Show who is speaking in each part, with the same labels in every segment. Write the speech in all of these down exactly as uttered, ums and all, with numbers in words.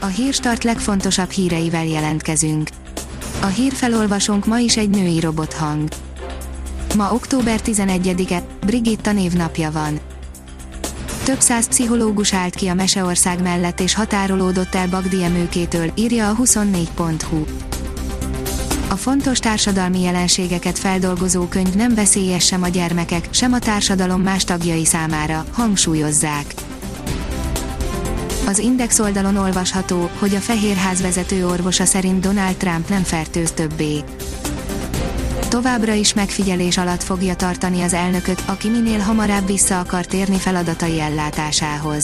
Speaker 1: A Hírstart legfontosabb híreivel jelentkezünk. A hírfelolvasónk ma is egy női robothang. Ma október tizenegyedike, Brigitta névnapja van. Több száz pszichológus állt ki a Meseország mellett és határolódott el Bagdi Emőkétől, írja a huszonnégy pont hu. A fontos társadalmi jelenségeket feldolgozó könyv nem veszélyes sem a gyermekek, sem a társadalom más tagjai számára, hangsúlyozzák. Az Index oldalon olvasható, hogy a Fehérház vezető orvosa szerint Donald Trump nem fertőz többé. Továbbra is megfigyelés alatt fogja tartani az elnököt, aki minél hamarabb vissza akar térni feladatai ellátásához.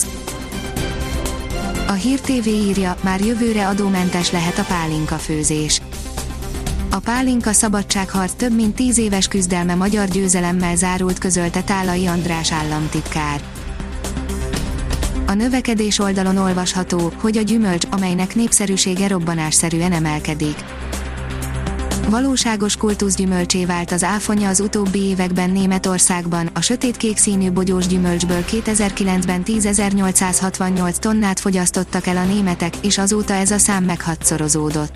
Speaker 1: A Hír té vé írja, már jövőre adómentes lehet a pálinkafőzés. A pálinka szabadságharc több mint tíz éves küzdelme magyar győzelemmel zárult, közölte Tálai András államtitkár. A növekedés oldalon olvasható, hogy a gyümölcs, amelynek népszerűsége robbanásszerűen emelkedik. Valóságos kultuszgyümölcsé vált az áfonya az utóbbi években Németországban, a sötétkék színű bogyós gyümölcsből kétezer-kilencben tízezer-nyolcszázhatvannyolc tonnát fogyasztottak el a németek, és azóta ez a szám meghatszorozódott.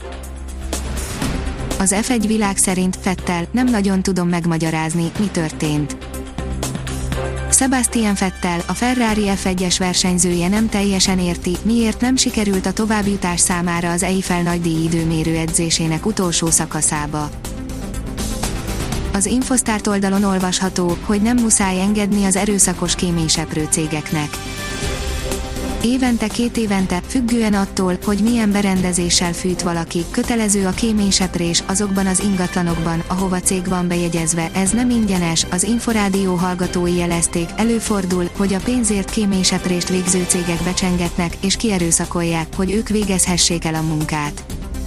Speaker 1: Az ef egy világ szerint Vettel, nem nagyon tudom megmagyarázni, mi történt. Sebastian Vettel, a Ferrari ef egyes versenyzője nem teljesen érti, miért nem sikerült a továbbjutás számára az Eiffel nagydíj időmérő edzésének utolsó szakaszába. Az Infosztárt oldalon olvasható, hogy nem muszáj engedni az erőszakos kéményseprő cégeknek. Évente két évente, függően attól, hogy milyen berendezéssel fűt valaki, kötelező a kéményseprés azokban az ingatlanokban, ahova cég van bejegyezve, ez nem ingyenes, az Inforádió hallgatói jelezték, előfordul, hogy a pénzért kéményseprést végző cégek becsengetnek, és kierőszakolják, hogy ők végezhessék el a munkát.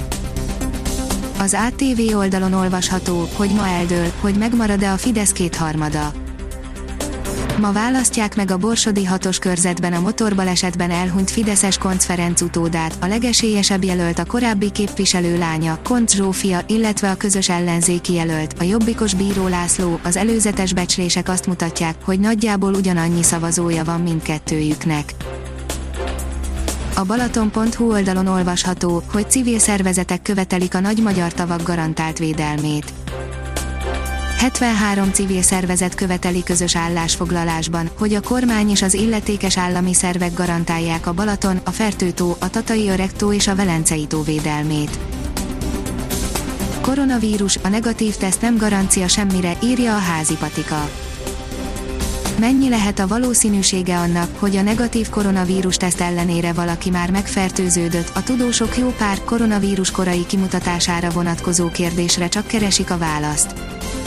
Speaker 1: Az á té vé oldalon olvasható, hogy ma eldől, hogy megmarad-e a Fidesz kétharmada. Ma választják meg a borsodi hatos körzetben a motorbalesetben elhunyt fideszes Koncz Ferenc utódát, a legesélyesebb jelölt a korábbi képviselő lánya, Koncz Zsófia, illetve a közös ellenzéki jelölt, a jobbikos Bíró László. Az előzetes becslések azt mutatják, hogy nagyjából ugyanannyi szavazója van mindkettőjüknek. A Balaton pont hu oldalon olvasható, hogy civil szervezetek követelik a nagy magyar tavak garantált védelmét. hetvenhárom civil szervezet követeli közös állásfoglalásban, hogy a kormány és az illetékes állami szervek garantálják a Balaton, a Fertő-tó, a Tatai Öreg-tó és a Velencei-tó védelmét. Koronavírus, a negatív teszt nem garancia semmire, írja a Házi Patika. Mennyi lehet a valószínűsége annak, hogy a negatív koronavírus teszt ellenére valaki már megfertőződött? A tudósok jó pár koronavírus korai kimutatására vonatkozó kérdésre csak keresik a választ.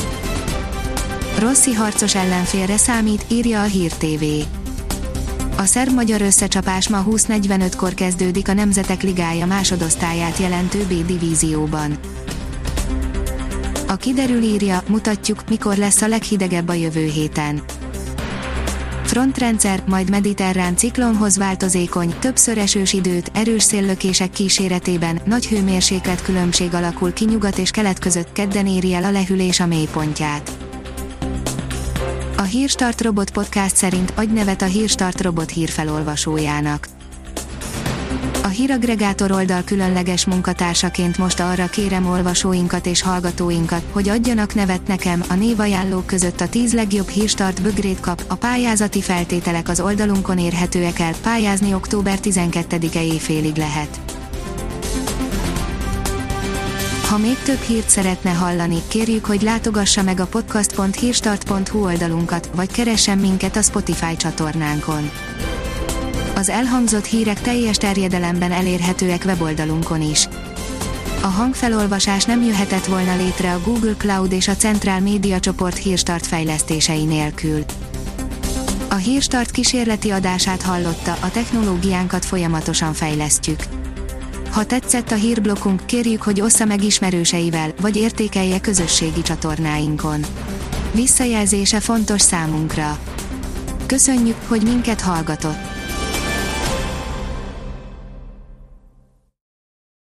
Speaker 1: Rossi harcos ellenfélre számít, írja a Hír té vé. A szerb-magyar összecsapás ma húsz negyvenötkor kezdődik a Nemzetek Ligája másodosztályát jelentő B divízióban. A Kiderül írja, mutatjuk, mikor lesz a leghidegebb a jövő héten. Frontrendszer, majd mediterrán ciklonhoz változékony, többször esős időt, erős széllökések kíséretében, nagy hőmérséklet különbség alakul ki nyugat és kelet között, kedden éri el a lehűlés a mélypontját. A Hírstart Robot Podcast szerint adj nevet a Hírstart Robot hírfelolvasójának. A híraggregátor oldal különleges munkatársaként most arra kérem olvasóinkat és hallgatóinkat, hogy adjanak nevet nekem. A névajánlók között a tíz legjobb Hírstart bögrét kap, a pályázati feltételek az oldalunkon érhetőek el, pályázni október tizenkettedike éjfélig lehet. Ha még több hírt szeretne hallani, kérjük, hogy látogassa meg a podcast pont hírstart pont hu oldalunkat, vagy keressen minket a Spotify csatornánkon. Az elhangzott hírek teljes terjedelemben elérhetőek weboldalunkon is. A hangfelolvasás nem jöhetett volna létre a Google Cloud és a Centrál Média csoport Hírstart fejlesztései nélkül. A Hírstart kísérleti adását hallotta, a technológiánkat folyamatosan fejlesztjük. Ha tetszett a hírblokkunk, kérjük, hogy ossza meg ismerőseivel, vagy értékelje közösségi csatornáinkon. Visszajelzése fontos számunkra. Köszönjük, hogy minket hallgatott!